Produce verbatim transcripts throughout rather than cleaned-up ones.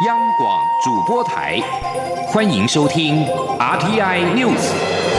央广主播台，欢迎收听 R T I News。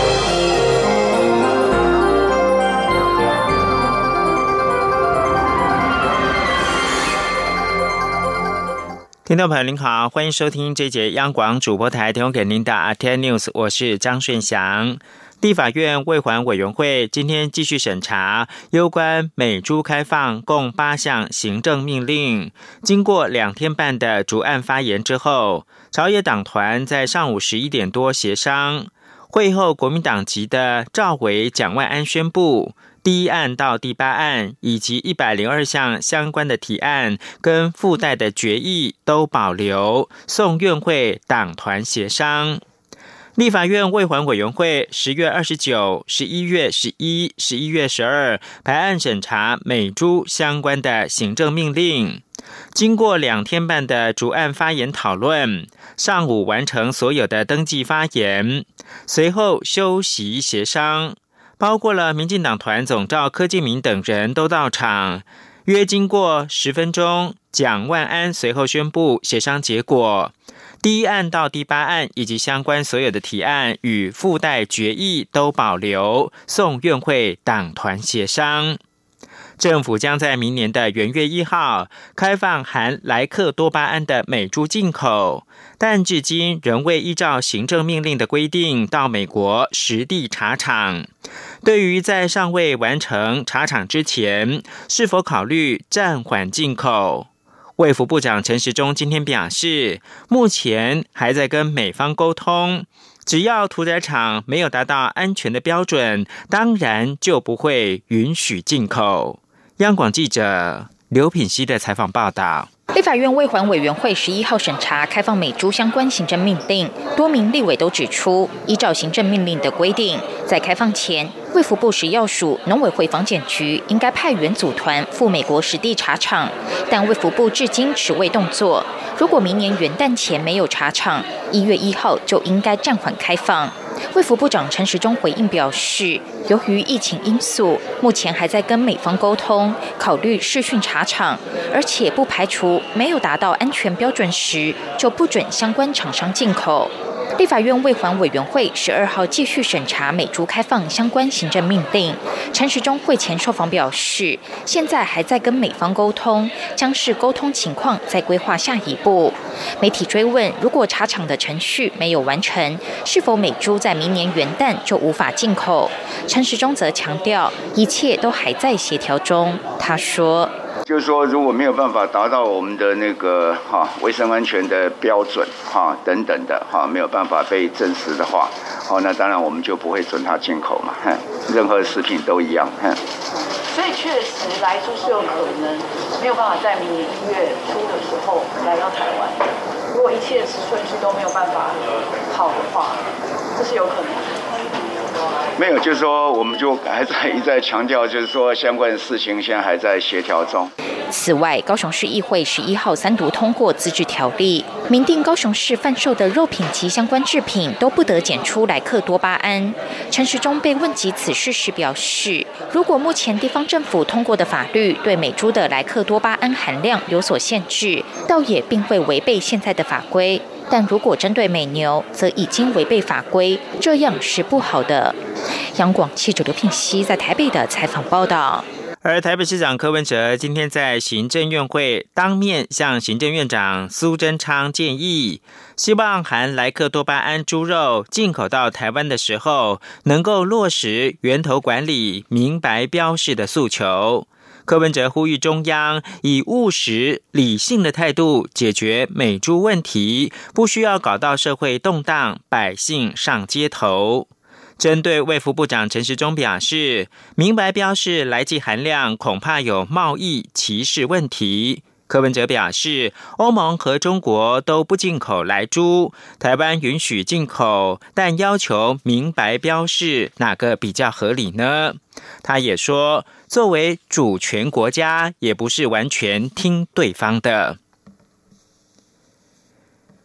听众朋友您好，欢迎收听这节央广主播台提供给您的 R T I News， 我是张顺祥。立法院卫环委员会今天继续审查有关美猪开放共八项行政命令，经过两天半的逐案发言之后，朝野党团在上午十一点多协商。会后，国民党籍的赵伟、蒋万安宣布，第一案到第八案以及一百零二项相关的提案跟附带的决议都保留，送院会党团协商。立法院卫环委员会十月二十九、十一月十一、十一月十二排案审查美猪相关的行政命令。经过两天半的逐案发言讨论，上午完成所有的登记发言，随后休息协商，包括了民进党团总召柯建铭等人都到场。约经过十分钟，蒋万安随后宣布协商结果。第一案到第八案以及相关所有的提案与附带决议都保留，送院会党团协商。政府将在明年的元月一号开放含莱克多巴胺的美猪进口，但至今仍未依照行政命令的规定到美国实地查厂。对于在尚未完成查厂之前，是否考虑暂缓进口？卫福部长陈时中今天表示，目前还在跟美方沟通，只要屠宰场没有达到安全的标准，当然就不会允许进口。央广记者刘品希的采访报道。 立法院卫环委员会十一号审查开放美猪相关行政命令，多名立委都指出，依照行政命令的规定，在开放前，卫福部食药署、农委会防检局应该派员组团赴美国实地查厂，但卫福部至今迟未动作。如果明年元旦前没有查厂，一月一号就应该暂缓开放。卫福部长陈时中回应表示，由于疫情因素，目前还在跟美方沟通，考虑视讯查厂，而且不排除没有达到安全标准时，就不准相关厂商进口。立法院卫环委员会十二号继续审查美猪开放相关行政命令。陈时中会前受访表示，现在还在跟美方沟通，将视沟通情况再规划下一步。媒体追问，如果查厂的程序没有完成，是否美猪在明年元旦就无法进口？陈时中则强调，一切都还在协调中。他说， 就是说，如果没有办法达到我们的那个哈卫生安全的标准哈等等的哈，没有办法被证实的话，哦，那当然我们就不会准它进口嘛，哼，任何食品都一样，哼。 所以确实来猪是有可能没有办法在明年一月初的时候来到台湾。如果一切顺序都没有办法好的话，这是有可能的。 没有，就是说，我们就还在一再强调，就是说，相关的事情现在还在协调中。 此外，高雄市议会十一号三读通过自治条例，明定高雄市贩售的肉品及相关制品都不得检出莱克多巴胺。陈时中被问及此事时表示，如果目前地方政府通过的法律对美猪的莱克多巴胺含量有所限制，倒也并未违背现在的法规。但如果针对美牛，则已经违背法规，这样是不好的。央广记者刘聘熙在台北的采访报道。 而台北市长柯文哲今天在行政院会当面向行政院长苏贞昌建议，希望含莱克多巴胺猪肉进口到台湾的时候，能够落实源头管理、明白标示的诉求。柯文哲呼吁中央以务实、理性的态度解决美猪问题，不需要搞到社会动荡，百姓上街头。针对卫福部长陈时中表示，明白标示来剂含量恐怕有贸易歧视问题。柯文哲表示，欧盟和中国都不进口莱猪，台湾允许进口，但要求明白标示，哪个比较合理呢？他也说，作为主权国家，也不是完全听对方的。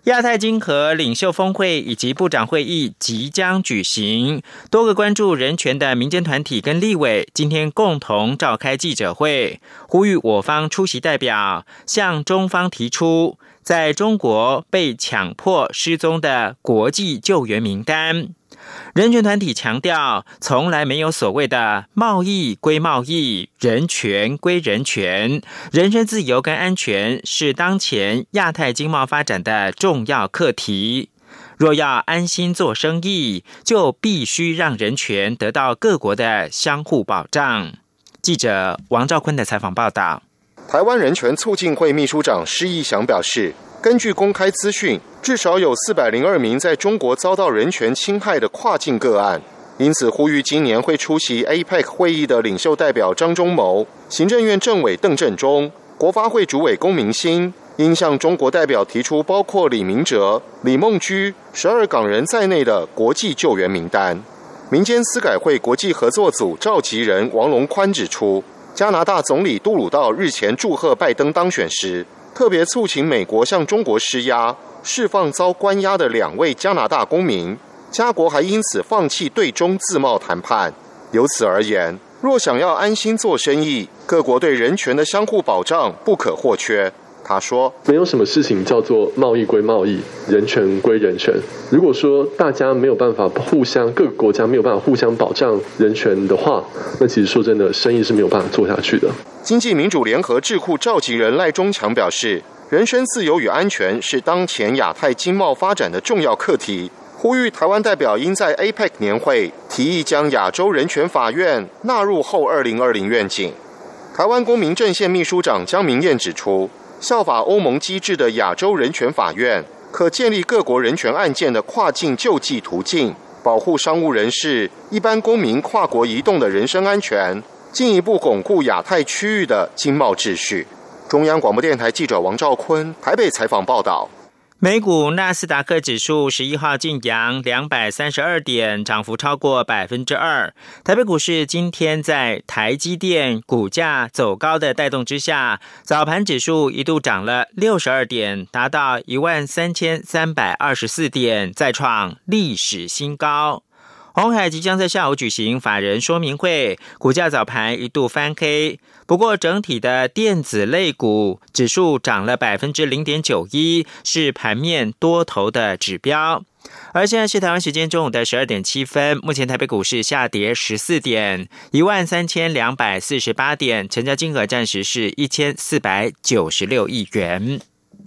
亚太经合领袖峰会以及部长会议即将举行，多个关注人权的民间团体跟立委今天共同召开记者会，呼吁我方出席代表向中方提出在中国被强迫失踪的国际救援名单。人权团体强调，从来没有所谓的贸易归贸易，人权归人权，人身自由跟安全是当前亚太经贸发展的重要课题。若要安心做生意，就必须让人权得到各国的相互保障。记者王兆坤的采访报道。 台湾人权促进会秘书长施义祥表示，根据公开资讯，至少有四百零二名在中国遭到人权侵害的跨境个案，因此呼吁今年会出席 A P E C 会议的领袖代表张忠谋、行政院政委邓振中、国发会主委龚明鑫，应向中国代表提出包括李明哲、李梦居、十二港人在内的国际救援名单。民间司改会国际合作组召集人王龙宽指出，加拿大总理杜鲁道日前祝贺拜登当选时，特别促请美国向中国施压，释放遭关押的两位加拿大公民，加国还因此放弃对中自贸谈判。由此而言，若想要安心做生意，各国对人权的相互保障不可或缺。他说， 没有什么事情叫做贸易归贸易，人权归人权。如果说大家没有办法互相，各个国家没有办法互相保障人权的话，那其实说真的，生意是没有办法做下去的。 经济民主联合智库召集人赖中强表示，人身自由与安全是当前亚太经贸发展的重要课题，呼吁台湾代表应在 A P E C 年会提议将亚洲人权法院纳入后二零二零愿景。台湾公民阵线秘书长江明燕指出，效法欧盟机制的亚洲人权法院，可建立各国人权案件的跨境救济途径，保护商务人士、一般公民跨国移动的人身安全，进一步巩固亚太区域的经贸秩序。中央广播电台记者王兆坤台北采访报道。 美股纳斯达克指数十一号晋扬两百三十二点，涨幅超过百分之二。台北股市今天在台积电股价走高的带动之下，早盘指数一度涨了六十二点，达到一万三千三百二十四点，再创历史新高。鸿海即将在下午举行法人说明会，股价早盘一度翻黑，不过整体的电子类股指数涨了 百分之零点九一， 是盘面多头的指标。而现在是台湾时间中午的十二点七分，目前台北股市下跌十四点，一万三千两百四十八点，成交金额暂时是一千四百九十六亿元。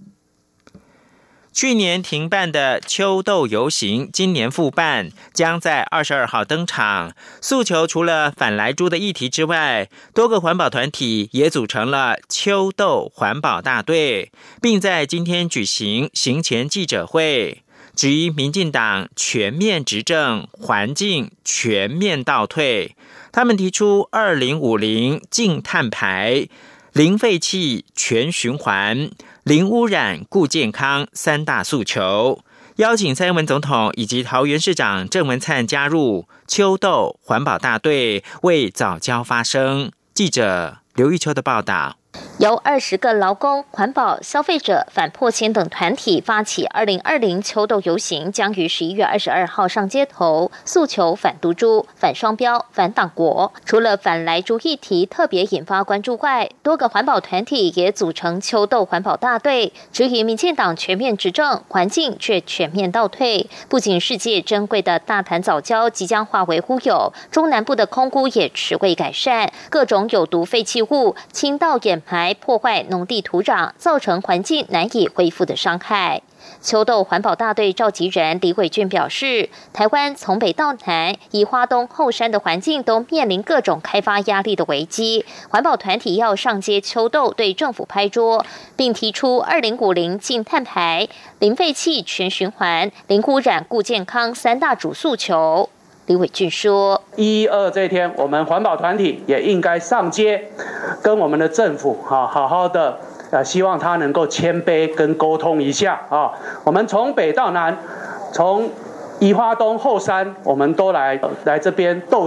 去年停办的秋斗游行今年复办，将在二十二号登场。诉求除了反莱猪的议题之外，多个环保团体也组成了秋斗环保大队，并在今天举行行前记者会，质疑民进党全面执政，环境全面倒退。他们提出二零五零净碳排、零废气全循环、零污染顾健康三大诉求，邀请蔡英文总统以及桃园市长郑文灿加入秋斗环保大队，为藻礁发声。记者刘玉秋的报道。 由二十个劳工、环保、消费者、反迫迁等团体发起二零二零秋斗游行，将于十一月二十二号上街头，诉求反毒株、反双标、反党国。除了反莱猪议题特别引发关注外，多个环保团体也组成秋斗环保大队，质疑民进党全面执政，环境却全面倒退。不仅世界珍贵的大潭藻礁即将化为乌有，中南部的空污也迟未改善，各种有毒废弃物倾倒掩埋，破坏农地土壤，造成环境难以恢复的伤害。秋斗环保大队召集人李伟俊表示，台湾从北到南，以花东后山的环境都面临各种开发压力的危机，环保团体要上街秋斗，对政府拍桌，并提出二零五零净碳排、零废气全循环、零污染顾健康三大主诉求。李伟俊说， 一二这一天，我们环保团体也应该上街，跟我们的政府好好的，呃，希望他能够谦卑跟沟通一下啊。我们从北到南，从宜花东后山，我们都来来这边斗阵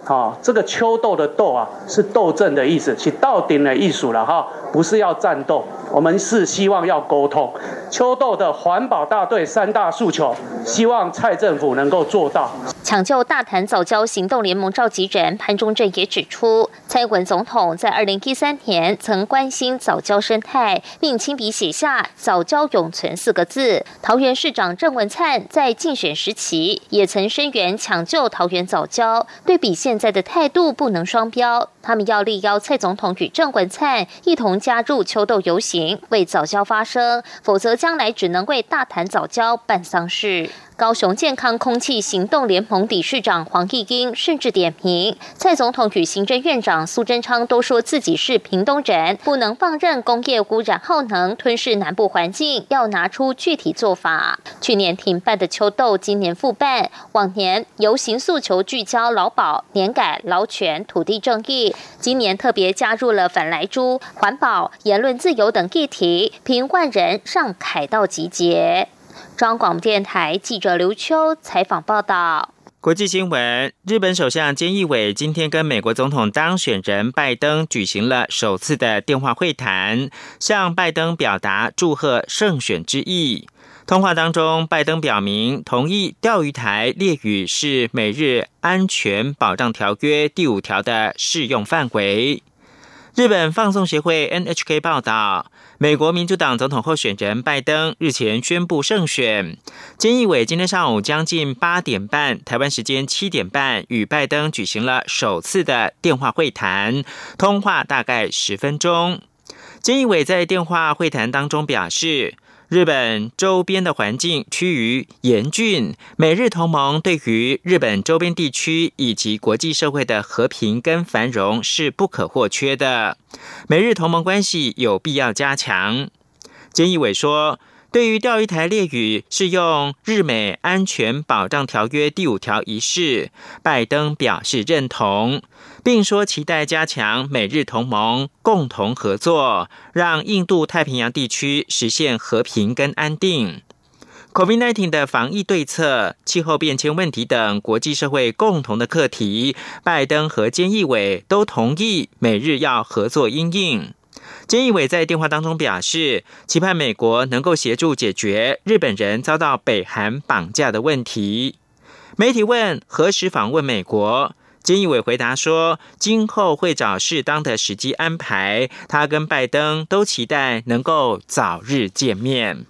哦，这个秋斗的斗啊，是斗争的意思，是斗顶的艺术了哈，不是要战斗，我们是希望要沟通。秋斗的环保大队三大诉求，希望蔡政府能够做到。 抢救大潭藻礁行动联盟召集人潘忠正也指出，蔡英文总统在二零一三年曾关心藻礁生态，并亲笔写下“藻礁永存”四个字。桃园市长郑文灿在竞选时期也曾声援抢救桃园藻礁，对比现在的态度不能双标。他们要力邀蔡总统与郑文灿一同加入秋斗游行，为藻礁发声，否则将来只能为大潭藻礁办丧事。高雄健康空气行动联盟理事长黄义英甚至点名，蔡总统与行政院长苏贞昌都说自己是屏东人，不能放任工业污染耗能吞噬南部环境，要拿出具体做法。去年停办的秋斗今年复办，往年游行诉求聚焦劳保、年改、劳权、土地正义，今年特别加入了反莱猪、环保、言论自由等议题，凭万人上凯道集结。中央广播电台记者刘秋采访报道。 国际新闻：日本首相菅义伟今天跟美国总统当选人拜登举行了首次的电话会谈，向拜登表达祝贺胜选之意。通话当中，拜登表明同意钓鱼台列屿是美日安全保障条约第五条的适用范围。日本放送协会 N H K 报道，美国民主党总统候选人拜登日前宣布胜选。菅义伟今天上午将近八点半，台湾时间七点半，与拜登举行了首次的电话会谈，通话大概十分钟。菅义伟在电话会谈当中表示，日本周边的环境趋于严峻，美日同盟对于日本周边地区以及国际社会的和平跟繁荣是不可或缺的，美日同盟关系有必要加强。菅义伟说，对于钓鱼台列屿适用日美安全保障条约第五条一事，拜登表示认同，并说期待加强美日同盟共同合作，让印度太平洋地区实现和平跟安定。COVID 十九 的防疫对策、气候变迁问题等国际社会共同的课题，拜登和菅义伟都同意美日要合作因应。菅义伟在电话当中表示，期盼美国能够协助解决日本人遭到北韩绑架的问题。媒体问何时访问美国，菅义伟回答说，今后会找适当的时机安排，他跟拜登都期待能够早日见面。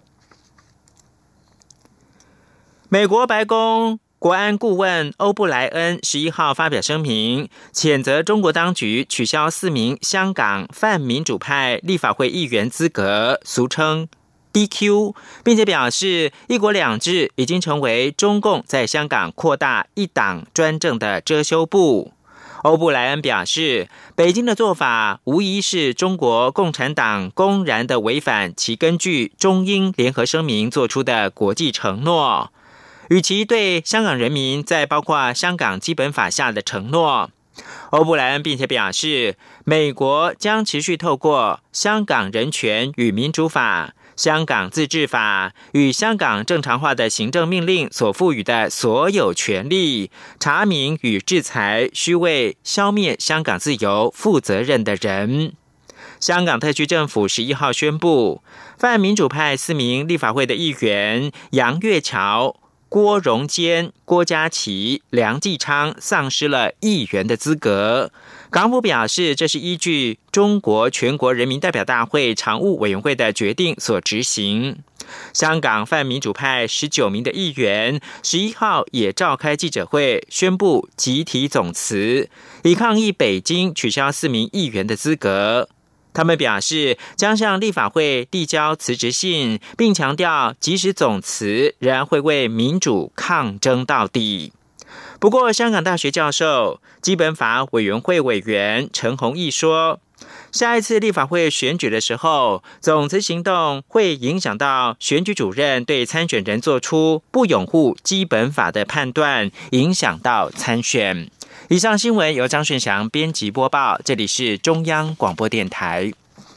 美国白宫国安顾问欧布莱恩十一号发表声明，谴责中国当局取消四名香港泛民主派立法会议员资格，俗称 D Q， 并且表示一国两制已经成为中共在香港扩大一党专政的遮羞布。欧布莱恩表示，北京的做法无疑是中国共产党公然的违反其根据中英联合声明做出的国际承诺。与其对香港人民在包括香港基本法下的承诺，欧布莱恩并且表示，美国将持续透过香港人权与民主法、香港自治法与香港正常化的行政命令所赋予的所有权利，查明与制裁需为消灭香港自由负责任的人。香港特区政府十一号宣布，泛民主派四名立法会的议员杨岳桥、郭荣坚、郭家麒、梁继昌丧失了议员的资格。港府表示，这是依据中国全国人民代表大会常务委员会的决定所执行。香港泛民主派十九名的议员十一号也召开记者会，宣布集体总辞，以抗议北京取消四名议员的资格。他们表示将向立法会递交辞职信，并强调即使总辞，仍然会为民主抗争到底。不过，香港大学教授、基本法委员会委员陈弘毅说，下一次立法会选举的时候，总辞行动会影响到选举主任对参选人做出不拥护基本法的判断，影响到参选。以上新闻由张顺祥编辑播报，这里是中央广播电台。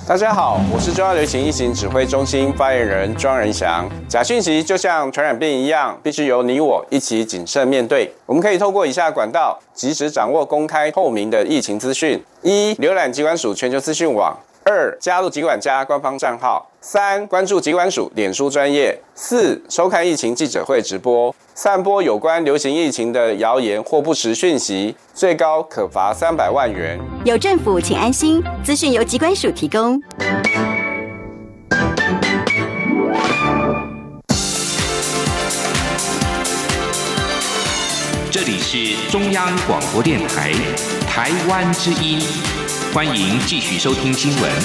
大家好，我是中央流行疫情指挥中心发言人庄仁祥。假讯息就像传染病一样，必须由你我一起谨慎面对。我们可以透过以下管道，及时掌握公开透明的疫情资讯：一、浏览疾管署全球资讯网；二、加入疾管家官方账号；三、关注疾管署脸书专页；四、收看疫情记者会直播。散播有关流行疫情的谣言或不实讯息，最高可罚三百万元。 有政府，请安心。资讯由疾管署提供。 这里是中央广播电台台湾之音，欢迎继续收听新闻。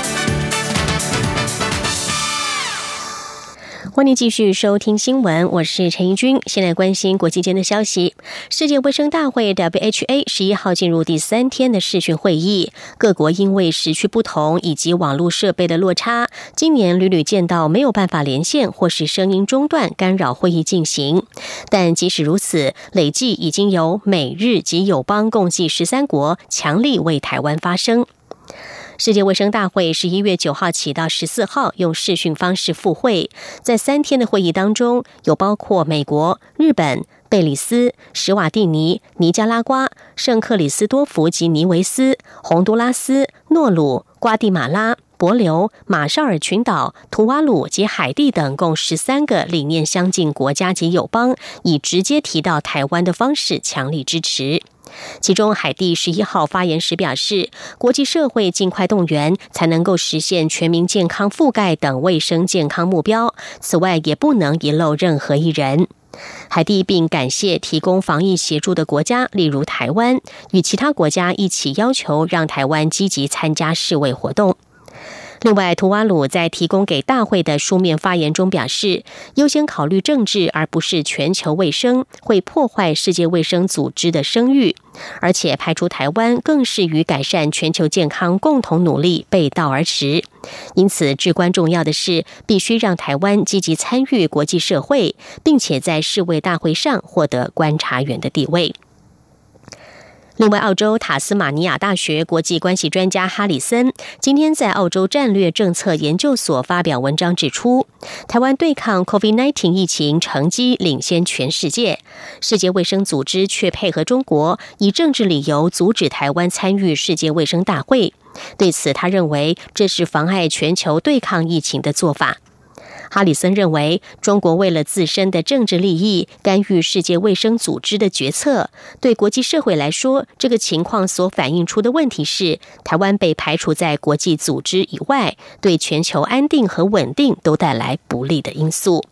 欢迎继续收听新闻，我是陈怡君。先来关心国际间的消息。世界卫生大会 W H O 十一号进入第三天的视讯会议，各国因为时区不同以及网络设备的落差，今年屡屡见到没有办法连线或是声音中断，干扰会议进行。但即使如此，累计已经有美日及友邦共计十三国强力为台湾发声。世界卫生大会十一月九号起到十四号用视讯方式复会，在三天的会议当中，有包括美国、日本、贝里斯、史瓦蒂尼、尼加拉瓜、圣克里斯多福及尼维斯、洪都拉斯、诺鲁、瓜地马拉、帛琉、马绍尔群岛、图瓦鲁及海地等共十三个理念相近国家及友邦，以直接提到台湾的方式强力支持。其中，海地十一号发言时表示，国际社会尽快动员，才能够实现全民健康覆盖等卫生健康目标。此外，也不能遗漏任何一人。海地并感谢提供防疫协助的国家，例如台湾，与其他国家一起要求让台湾积极参加世卫活动。另外，图瓦鲁在提供给大会的书面发言中表示，优先考虑政治而不是全球卫生，会破坏世界卫生组织的声誉，而且排除台湾更是与改善全球健康共同努力背道而驰。因此，至关重要的是，必须让台湾积极参与国际社会，并且在世卫大会上获得观察员的地位。另外，澳洲塔斯马尼亚大学国际关系专家哈里森今天在澳洲战略政策研究所发表文章指出，台湾对抗 COVID 十九 疫情成绩领先全世界，世界卫生组织却配合中国以政治理由阻止台湾参与世界卫生大会。对此，他认为这是妨碍全球对抗疫情的做法。哈里森认为，中国为了自身的政治利益干预世界卫生组织的决策，对国际社会来说，这个情况所反映出的问题是，台湾被排除在国际组织以外，对全球安定和稳定都带来不利的因素。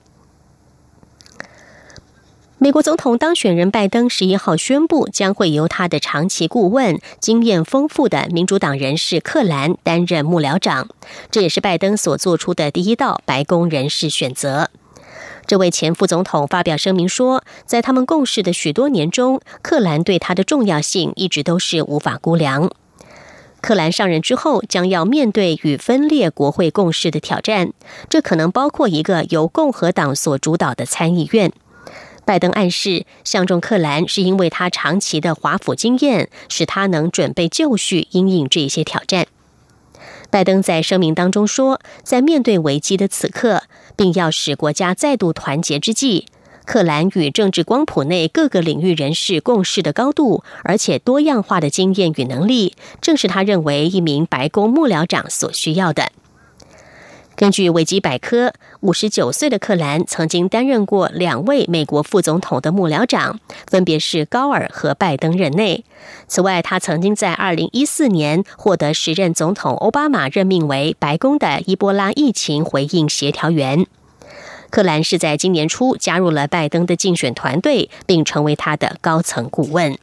美国总统当选人拜登十一号宣布，将会由他的长期顾问、经验丰富的民主党人士克兰担任幕僚长，这也是拜登所做出的第一道白宫人事选择。这位前副总统发表声明说，在他们共事的许多年中，克兰对他的重要性一直都是无法估量。克兰上任之后，将要面对与分裂国会共识的挑战，这可能包括一个由共和党所主导的参议院。拜登暗示，相中克兰是因为他长期的华府经验，使他能准备就绪因应这些挑战。拜登在声明当中说，在面对危机的此刻，并要使国家再度团结之际，克兰与政治光谱内各个领域人士共事的高度，而且多样化的经验与能力，正是他认为一名白宫幕僚长所需要的。根据维基百科，五十九岁的克兰曾经担任过两位美国副总统的幕僚长，分别是高尔和拜登任内。此外，他曾经在二零一四年获得时任总统奥巴马任命为白宫的伊波拉疫情回应协调员。克兰是在今年初加入了拜登的竞选团队，并成为他的高层顾问。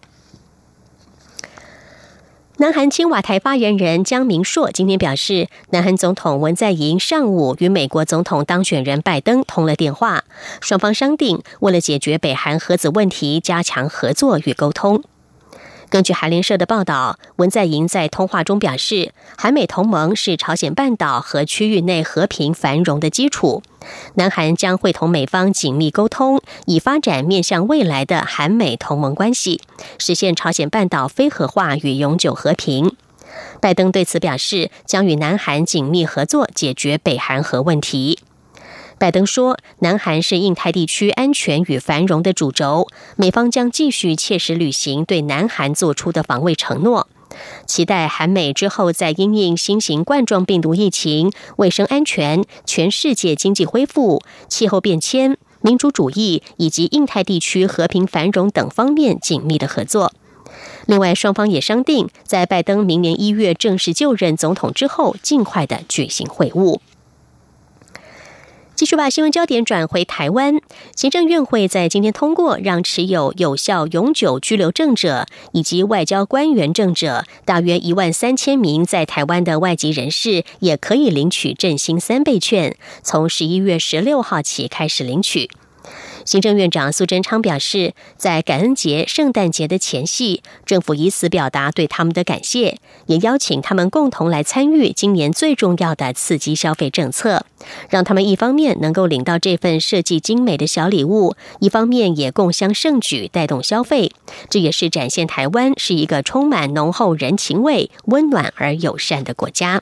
南韩青瓦台发言人江明硕今天表示，南韩总统文在寅上午与美国总统当选人拜登通了电话，双方商定为了解决北韩核子问题，加强合作与沟通。根据韩联社的报道，文在寅在通话中表示，韩美同盟是朝鲜半岛和区域内和平繁荣的基础，南韩将会同美方紧密沟通，以发展面向未来的韩美同盟关系，实现朝鲜半岛非核化与永久和平。 拜登对此表示，将与南韩紧密合作，解决北韩核问题。拜登说，南韩是印太地区安全与繁荣的主轴，美方将继续切实履行对南韩做出的防卫承诺，期待韩美之后在因应新型冠状病毒疫情、卫生安全、全世界经济恢复、气候变迁、民主主义以及印太地区和平繁荣等方面紧密的合作。另外，双方也商定，在拜登明年一月正式就任总统之后，尽快的举行会晤。继续把新闻焦点转回台湾，行政院会在今天通过，让持有有效永久居留证者以及外交官员证者大约一万三千名在台湾的外籍人士，也可以领取振兴三倍券，从十一月十六号起开始领取。行政院长苏贞昌表示，在感恩节、圣诞节的前夕，政府以此表达对他们的感谢，也邀请他们共同来参与今年最重要的刺激消费政策，让他们一方面能够领到这份设计精美的小礼物，一方面也共襄盛举，带动消费。这也是展现台湾是一个充满浓厚人情味、温暖而友善的国家。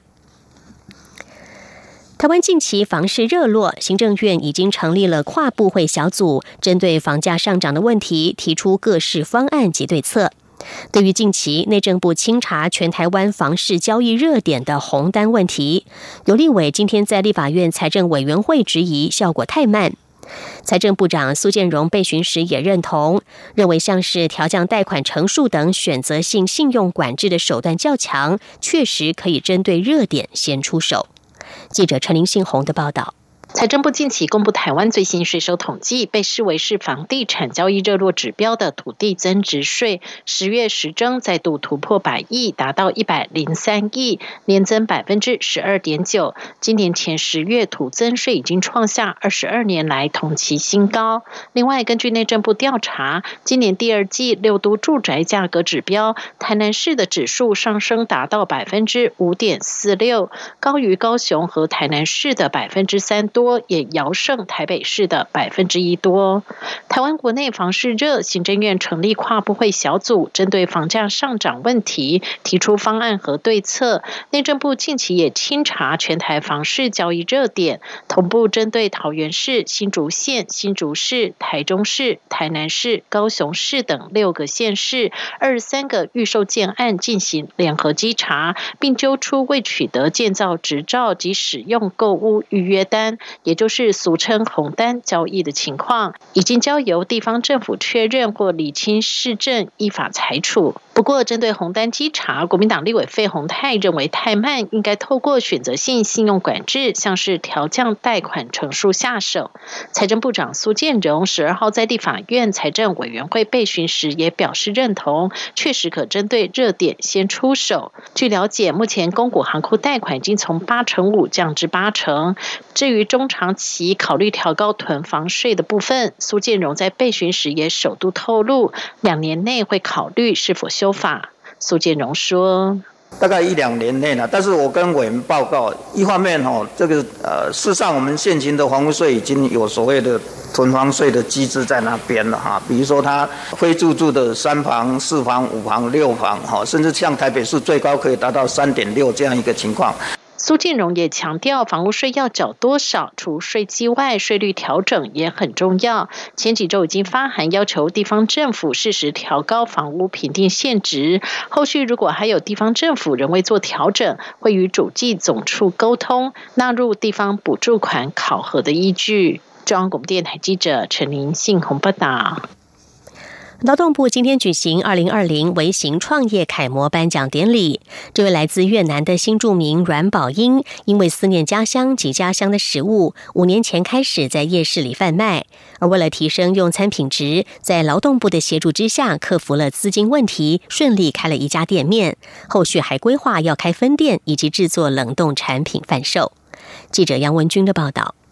台湾近期房市热络，行政院已经成立了跨部会小组，针对房价上涨的问题提出各式方案及对策。对于近期内政部清查全台湾房市交易热点的红单问题，有立委今天在立法院财政委员会质疑效果太慢。财政部长苏建荣备询时也认同，认为像是调降贷款成数等选择性信用管制的手段较强，确实可以针对热点先出手。记者陈林信宏的报道。 财政部近期公布台湾最新税收统计，被视为是房地产交易热络指标的土地增值税，十月实征再度突破百亿，达到一百零三亿，年增百分之十二点九。今年前十月土增税已经创下二十二年来同期新高。另外，根据内政部调查，今年第二季六都住宅价格指标，台南市的指数上升达到百分之五点四六，高于高雄和台南市的百分之三多。也遥胜台北市的百分之一多。台湾国内房市热，行政院成立跨部会小组，针对房价上涨问题提出方案和对策。内政部近期也清查全台房市交易热点，同步针对桃园市、新竹县、新竹市、台中市、台南市、高雄市等六个县市二十三个预售建案进行联合稽查，并揪出未取得建造执照及使用购屋预约单，也就是俗称红单交易的情况，已经交由地方政府确认或理清事证，依法裁处。不过，针对红单稽查，国民党立委费鸿泰认为太慢，应该透过选择性信用管制，像是调降贷款成数下手。财政部长苏建荣十二号在立法院财政委员会备询时也表示认同，确实可针对热点先出手。据了解，目前公股行库贷款已经从八成五降至八成。至于中长期考虑调高囤房税的部分，苏建荣在备询时也首度透露，两年内会考虑是否修法。苏建荣说， 大概一两年内呢，但是我跟委员报告，一方面哦，这个呃，事实上我们现行的房屋税已经有所谓的囤房税的机制在那边了哈，比如说它非自住的三房、四房、五房、六房哈，甚至像台北市最高可以达到三点六这样一个情况。 苏建荣也强调，房屋税要缴多少，除税基外，税率调整也很重要。前几周已经发函要求地方政府适时调高房屋评定现值，后续如果还有地方政府仍未做调整，会与主计总处沟通，纳入地方补助款考核的依据。中央广播电台记者陈林信宏报道。 劳动部今天举行二零二零微型创业楷模颁奖典礼。这位来自越南的新住民阮宝英，因为思念家乡及家乡的食物，五年前开始在夜市里贩卖。而为了提升用餐品质，在劳动部的协助之下，克服了资金问题，顺利开了一家店面。后续还规划要开分店，以及制作冷冻产品贩售。记者杨文君的报道。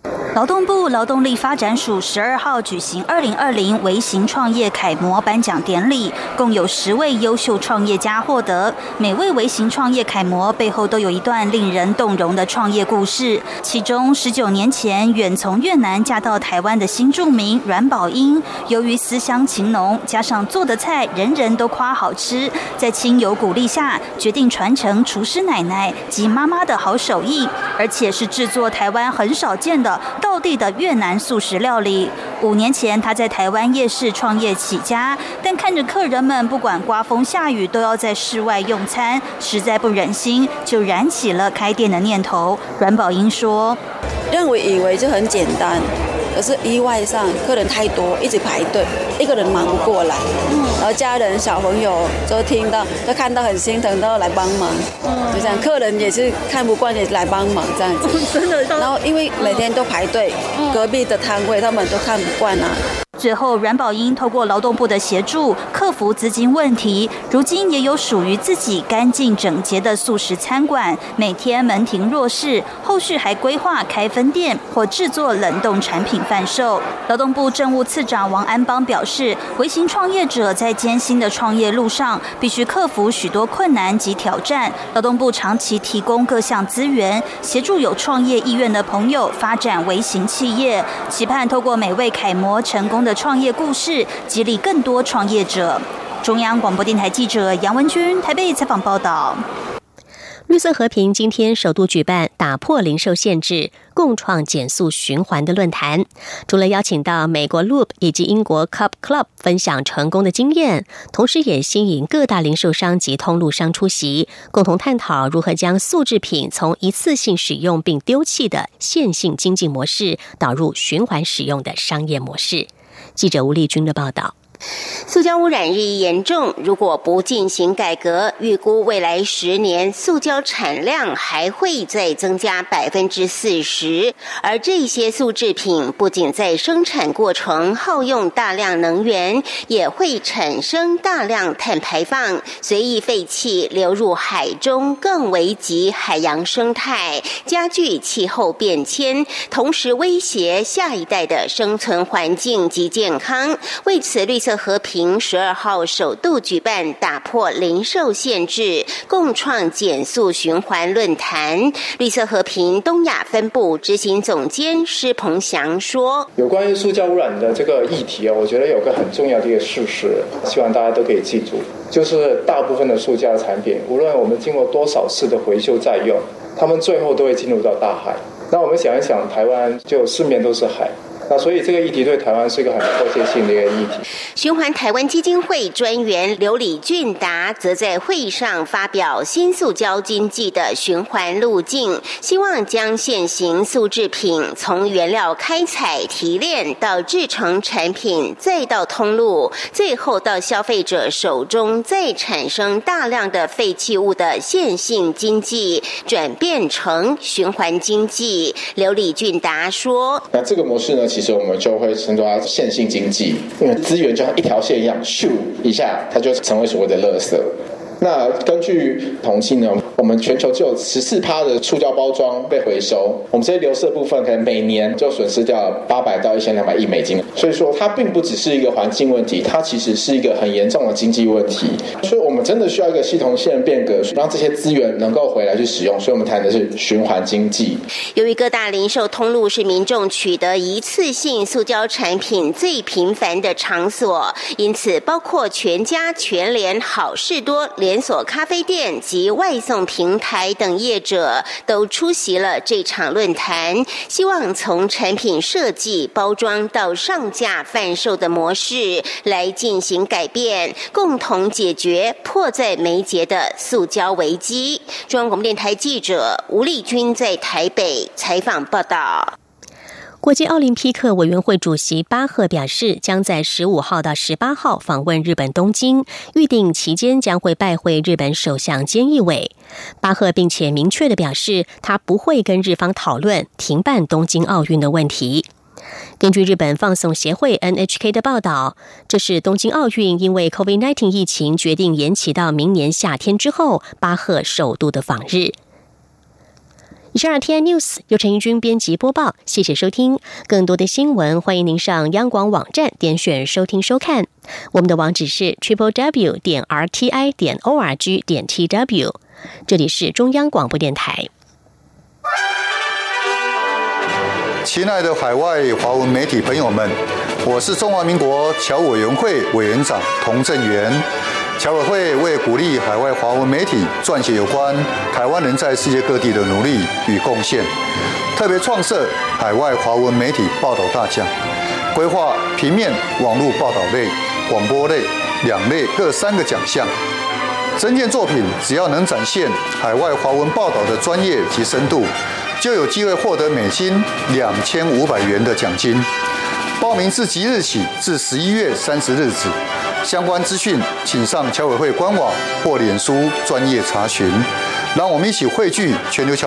劳动部劳动力发展署十二号举行二零二零微型创业楷模颁奖典礼，共有十位优秀创业家获得。每位微型创业楷模背后都有一段令人动容的创业故事。其中，十九年前远从越南嫁到台湾的新住民阮宝英，由于思乡情浓，加上做的菜人人都夸好吃，在亲友鼓励下，决定传承厨师奶奶及妈妈的好手艺，而且是制作台湾很少见的道地的越南素食料理。五年前，他在台湾夜市创业起家，但看着客人们不管刮风下雨都要在室外用餐，实在不忍心，就燃起了开店的念头。阮宝英说：“ 让我以为就很简单。”可是意外上客人太多，一直排队，一个人忙不过来。嗯，然后家人、小朋友都听到，都看到很心疼，都要来帮忙。嗯，就这样，客人也是看不惯，也来帮忙这样子。真的。然后因为每天都排队，嗯、隔壁的摊位他们都看不惯啊。 最后，阮宝英透过劳动部的协助，克服资金问题，如今也有属于自己干净整洁的素食餐馆，每天门庭若市。后续还规划开分店或制作冷冻产品贩售。劳动部政务次长王安邦表示，微型创业者在艰辛的创业路上，必须克服许多困难及挑战。劳动部长期提供各项资源，协助有创业意愿的朋友发展微型企业，期盼透过每位楷模成功的创业故事，激励更多创业者。中央广播电台记者杨文君台北采访报道。 绿色和平今天首度举办打破零售限制、共创减塑循环的论坛，除了邀请到美国 Loop 以及英国 Cup Club 分享成功的经验，同时也吸引各大零售商及通路商出席，共同探讨如何将塑制品从一次性使用并丢弃的线性经济模式导入循环使用的商业模式。记者吴丽君的报道。 塑胶污染日益严重，如果不进行改革，预估未来十年塑胶产量还会再增加百分之四十。而这些塑制品不仅在生产过程耗用大量能源，也会产生大量碳排放，随意废弃流入海中，更危及海洋生态，加剧气候变迁，同时威胁下一代的生存环境及健康。为此，绿色和平十二号首度举办打破零售限制、共创减塑循环论坛。绿色和平东亚分部执行总监施鹏翔说：“ 有关于塑胶污染的这个议题，我觉得有个很重要的一个事实，希望大家都可以记住，就是大部分的塑胶产品，无论我们经过多少次的回收再用，它们最后都会进入到大海。那我们想一想，台湾就四面都是海。”那所以这个议题对台湾是一个很迫切性的一个议题。 循环台湾基金会专员刘李俊达则在会上发表新塑胶经济的循环路径，希望将现行塑制品从原料开采提炼到制成产品，再到通路，最后到消费者手中，再产生大量的废弃物的线性经济转变成循环经济。刘李俊达说：“ 那这个模式呢？”其实我们就会称作它线性经济，因为资源就像一条线一样，咻一下，它就成为所谓的垃圾。那根据统计呢，我们全球只有 百分之十四 的塑胶包装被回收，我们这些流失的部分可能每年就损失掉八百到一千两百亿美金。所以说它并不只是一个环境问题，它其实是一个很严重的经济问题。所以我们真的需要一个系统性的变革，让这些资源能够回来去使用。所以我们谈的是循环经济。 由于各大零售通路是民众取得一次性塑胶产品最频繁的场所，因此包括全家、全联、好事多、连锁咖啡店及外送平台等业者都出席了这场论坛，希望从产品设计、包装到上架贩售的模式来进行改变，共同解决迫在眉睫的塑胶危机。中央广播电台记者吴丽君在台北采访报道。 国际奥林匹克委员会主席巴赫表示，将在十五号到十八号访问日本东京，预定期间将会拜会日本首相菅义伟。巴赫并且明确地表示，他不会跟日方讨论停办东京奥运的问题。根据日本放送协会 N H K 的报道，这是东京奥运因为 COVID 十九 疫情决定延期到明年夏天之后，巴赫首度的访日。 以上 T I News 由陈怡君编辑播报，谢谢收听。更多的新闻，欢迎您上央广网站点选收听收看。我们的网址是 triple w 点 r t i 点 o r g 点 t w。这里是中央广播电台。 亲爱的海外华文媒体朋友们，我是中华民国侨委员会委员长童振源。侨委会为鼓励海外华文媒体撰写有关台湾人在世界各地的努力与贡献，特别创设海外华文媒体报道大奖，规划平面、网络报道类、广播类两类各三个奖项。征件作品只要能展现海外华文报道的专业及深度，就有机会获得美金两千五百元的奖金。报名自即日起至十一月三十日止。相关资讯请上侨委会官网或脸书专业查询。让我们一起汇聚全球侨